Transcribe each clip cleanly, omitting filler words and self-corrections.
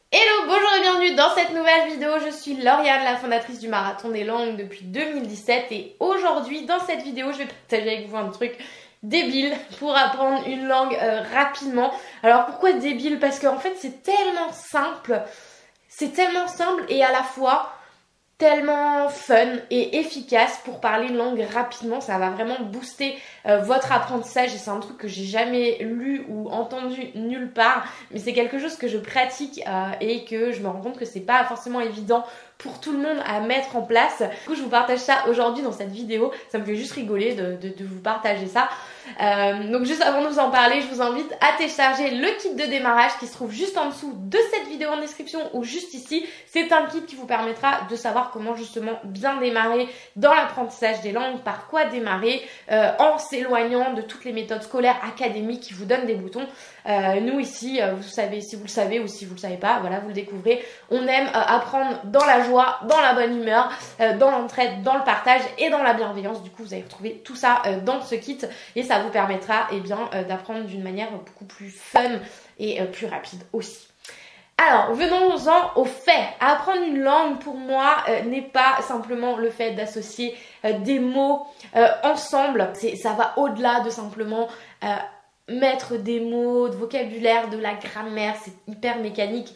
Hello, bonjour et bienvenue dans cette nouvelle vidéo. Je suis Lauriane, la fondatrice du Marathon des Langues depuis 2017 et aujourd'hui dans cette vidéo je vais partager avec vous un truc débile pour apprendre une langue rapidement. Alors pourquoi débile? Parce qu'en fait c'est tellement simple et à la fois tellement fun et efficace pour parler une langue rapidement. Ça va vraiment booster votre apprentissage et c'est un truc que j'ai jamais lu ou entendu nulle part, mais c'est quelque chose que je pratique et que je me rends compte que c'est pas forcément évident pour tout le monde à mettre en place. Du coup je vous partage ça aujourd'hui dans cette vidéo, ça me fait juste rigoler de vous partager ça. Donc juste avant de vous en parler, je vous invite à télécharger le kit de démarrage qui se trouve juste en dessous de cette vidéo en description ou juste ici. C'est un kit qui vous permettra de savoir comment justement bien démarrer dans l'apprentissage des langues, par quoi démarrer en s'éloignant de toutes les méthodes scolaires académiques qui vous donnent des boutons. Nous ici, vous savez, si vous le savez ou si vous le savez pas, voilà, vous le découvrez, on aime apprendre dans la joie, dans la bonne humeur, dans l'entraide, dans le partage et dans la bienveillance. Du coup vous allez retrouver tout ça dans ce kit et ça vous permettra d'apprendre d'une manière beaucoup plus fun et plus rapide aussi. Alors, venons-en aux faits. Apprendre une langue, pour moi, n'est pas simplement le fait d'associer des mots ensemble. Ça va au-delà de simplement mettre des mots, de vocabulaire, de la grammaire. C'est hyper mécanique.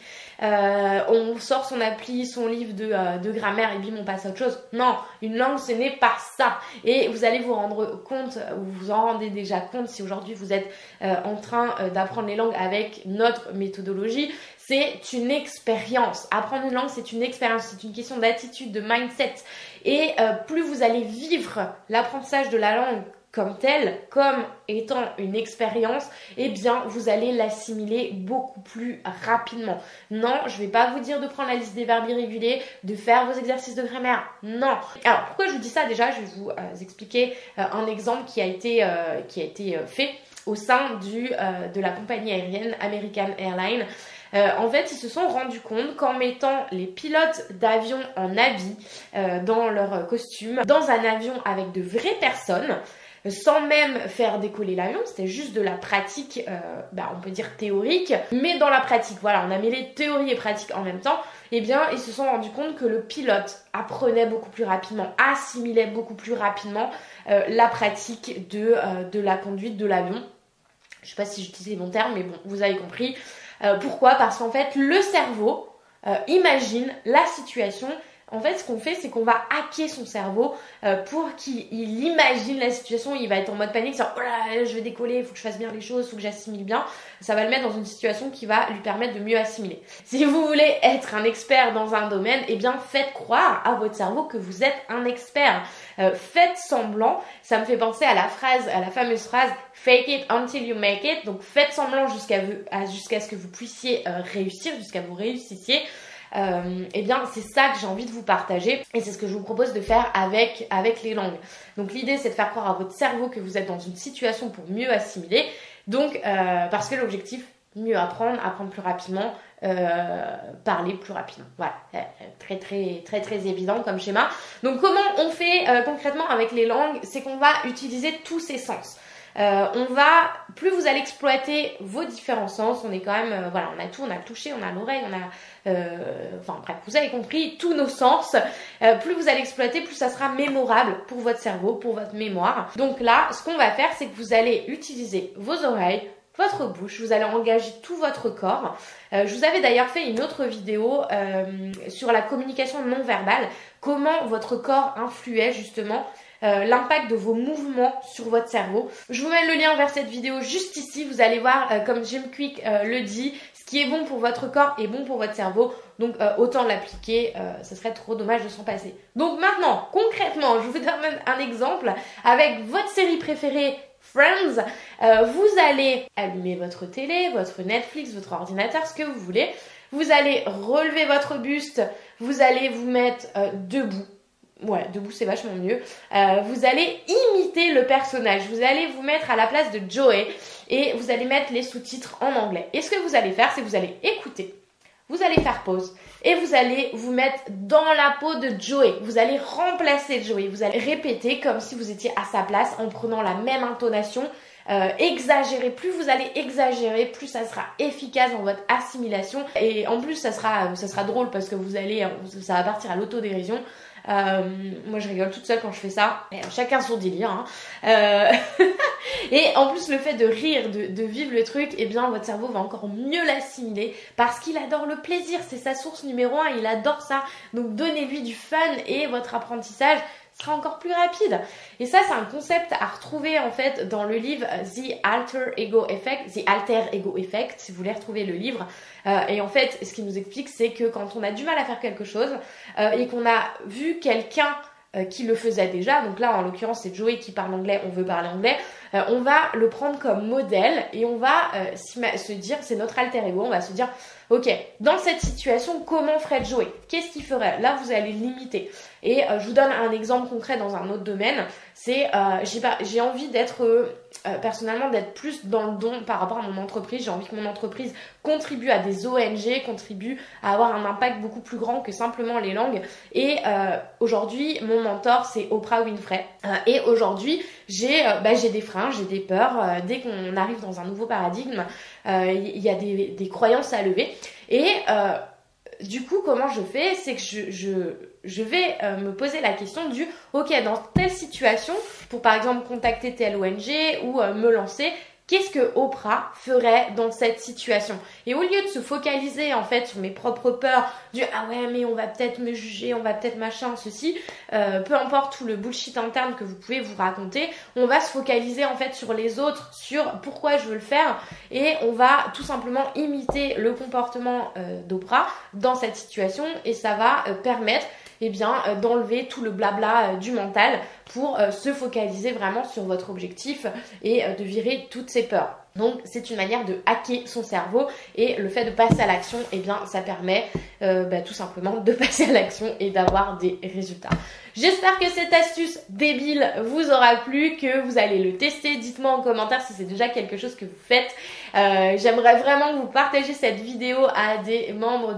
On sort son appli, son livre de grammaire et bim, on passe à autre chose. Non, une langue, ce n'est pas ça. Et vous allez vous rendre compte, ou vous en rendez déjà compte si aujourd'hui vous êtes en train d'apprendre les langues avec notre méthodologie. C'est une expérience. Apprendre une langue, c'est une expérience. C'est une question d'attitude, de mindset. Et plus vous allez vivre l'apprentissage de la langue comme telle, comme étant une expérience, eh bien vous allez l'assimiler beaucoup plus rapidement. Non, je vais pas vous dire de prendre la liste des verbes irréguliers, de faire vos exercices de grammaire. Non. Alors pourquoi je vous dis ça? Déjà, je vais vous expliquer un exemple qui a été fait au sein de la compagnie aérienne American Airlines. En fait, ils se sont rendus compte qu'en mettant les pilotes d'avion en habit, dans leur costume, dans un avion avec de vraies personnes, sans même faire décoller l'avion, c'était juste de la pratique, on peut dire théorique, mais dans la pratique, voilà, on a mêlé théorie et pratique en même temps, eh bien, ils se sont rendus compte que le pilote apprenait beaucoup plus rapidement, assimilait beaucoup plus rapidement la pratique de la conduite de l'avion. Je sais pas si j'utilise les bons termes, mais bon, vous avez compris. Pourquoi? Parce qu'en fait, le cerveau imagine la situation. En fait, ce qu'on fait, c'est qu'on va hacker son cerveau pour qu'il imagine la situation. Il va être en mode panique, genre, oh là, je vais décoller, il faut que je fasse bien les choses, il faut que j'assimile bien. Ça va le mettre dans une situation qui va lui permettre de mieux assimiler. Si vous voulez être un expert dans un domaine, eh bien, faites croire à votre cerveau que vous êtes un expert. Faites semblant. Ça me fait penser à la fameuse phrase « fake it until you make it ». Donc, faites semblant jusqu'à ce que vous puissiez réussir, jusqu'à vous réussissiez. Eh bien c'est ça que j'ai envie de vous partager et c'est ce que je vous propose de faire avec les langues. Donc l'idée c'est de faire croire à votre cerveau que vous êtes dans une situation pour mieux assimiler. Donc parce que l'objectif, mieux apprendre plus rapidement, parler plus rapidement. Voilà, très évident comme schéma. Donc comment on fait concrètement avec les langues? C'est qu'on va utiliser tous ces sens. Plus vous allez exploiter vos différents sens, on est quand même, voilà, on a tout, on a le toucher, on a l'oreille, on a, bref, vous avez compris, tous nos sens, plus vous allez exploiter, plus ça sera mémorable pour votre cerveau, pour votre mémoire. Donc là, ce qu'on va faire, c'est que vous allez utiliser vos oreilles, votre bouche, vous allez engager tout votre corps. Je vous avais d'ailleurs fait une autre vidéo sur la communication non verbale, comment votre corps influait justement l'impact de vos mouvements sur votre cerveau. Je vous mets le lien vers cette vidéo juste ici. Vous allez voir, comme Jim Kwik le dit, ce qui est bon pour votre corps est bon pour votre cerveau. Donc autant l'appliquer, ce serait trop dommage de s'en passer. Donc maintenant, concrètement, je vous donne un exemple avec votre série préférée Friends. Vous allez allumer votre télé, votre Netflix, votre ordinateur, ce que vous voulez. Vous allez relever votre buste, vous allez vous mettre debout. Ouais, debout c'est vachement mieux. Vous allez imiter le personnage. Vous allez vous mettre à la place de Joey et vous allez mettre les sous-titres en anglais. Et ce que vous allez faire, c'est que vous allez écouter. Vous allez faire pause et vous allez vous mettre dans la peau de Joey. Vous allez remplacer Joey. Vous allez répéter comme si vous étiez à sa place en prenant la même intonation, exagérer. Plus vous allez exagérer, plus ça sera efficace dans votre assimilation. Et en plus, ça sera drôle parce que ça va partir à l'autodérision. Moi je rigole toute seule quand je fais ça, et chacun son délire hein. Et en plus le fait de rire, de vivre le truc, et bien votre cerveau va encore mieux l'assimiler parce qu'il adore le plaisir, c'est sa source numéro 1, il adore ça. Donc donnez-lui du fun et votre apprentissage sera encore plus rapide. Et ça c'est un concept à retrouver en fait dans le livre The Alter Ego Effect, si vous voulez retrouver le livre. Et en fait ce qu'il nous explique c'est que quand on a du mal à faire quelque chose et qu'on a vu quelqu'un qui le faisait déjà, donc là en l'occurrence c'est Joey qui parle anglais, on veut parler anglais, on va le prendre comme modèle et on va se dire, c'est notre alter ego, on va se dire ok, dans cette situation comment ferait Joey, qu'est-ce qu'il ferait, là vous allez limiter. Et je vous donne un exemple concret dans un autre domaine, c'est j'ai envie d'être personnellement d'être plus dans le don par rapport à mon entreprise. J'ai envie que mon entreprise contribue à des ONG, contribue à avoir un impact beaucoup plus grand que simplement les langues. Et aujourd'hui, mon mentor, c'est Oprah Winfrey. Et aujourd'hui, j'ai des freins, j'ai des peurs. Dès qu'on arrive dans un nouveau paradigme, il y a des croyances à lever. Et du coup, comment je fais, c'est que je vais me poser la question du ok, dans telle situation, pour par exemple contacter telle ONG ou me lancer, qu'est-ce que Oprah ferait dans cette situation? Et au lieu de se focaliser en fait sur mes propres peurs, du ah ouais mais on va peut-être me juger, on va peut-être machin, ceci, peu importe tout le bullshit interne que vous pouvez vous raconter, on va se focaliser en fait sur les autres, sur pourquoi je veux le faire, et on va tout simplement imiter le comportement d'Oprah dans cette situation, et ça va permettre d'enlever tout le blabla du mental pour se focaliser vraiment sur votre objectif et de virer toutes ces peurs. Donc c'est une manière de hacker son cerveau, et le fait de passer à l'action, ça permet tout simplement de passer à l'action et d'avoir des résultats. J'espère que cette astuce débile vous aura plu, que vous allez le tester. Dites-moi en commentaire si c'est déjà quelque chose que vous faites. J'aimerais vraiment que vous partagez cette vidéo à des membres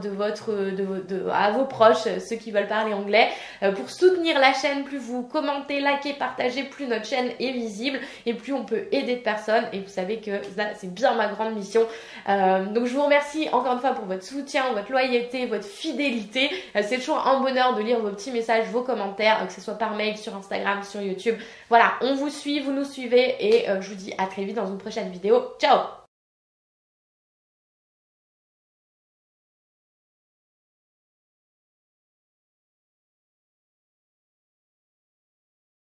à vos proches, ceux qui veulent parler anglais, pour soutenir la chaîne. Plus vous commentez, likez, partagez, plus notre chaîne est visible et plus on peut aider de personnes. Et vous savez que ça, c'est bien ma grande mission. Donc je vous remercie encore une fois pour votre soutien, votre loyauté, votre fidélité. C'est toujours un bonheur de lire vos petits messages, vos commentaires, que ce soit par mail, sur Instagram, sur YouTube. Voilà, on vous suit, vous nous suivez, et je vous dis à très vite dans une prochaine vidéo. Ciao!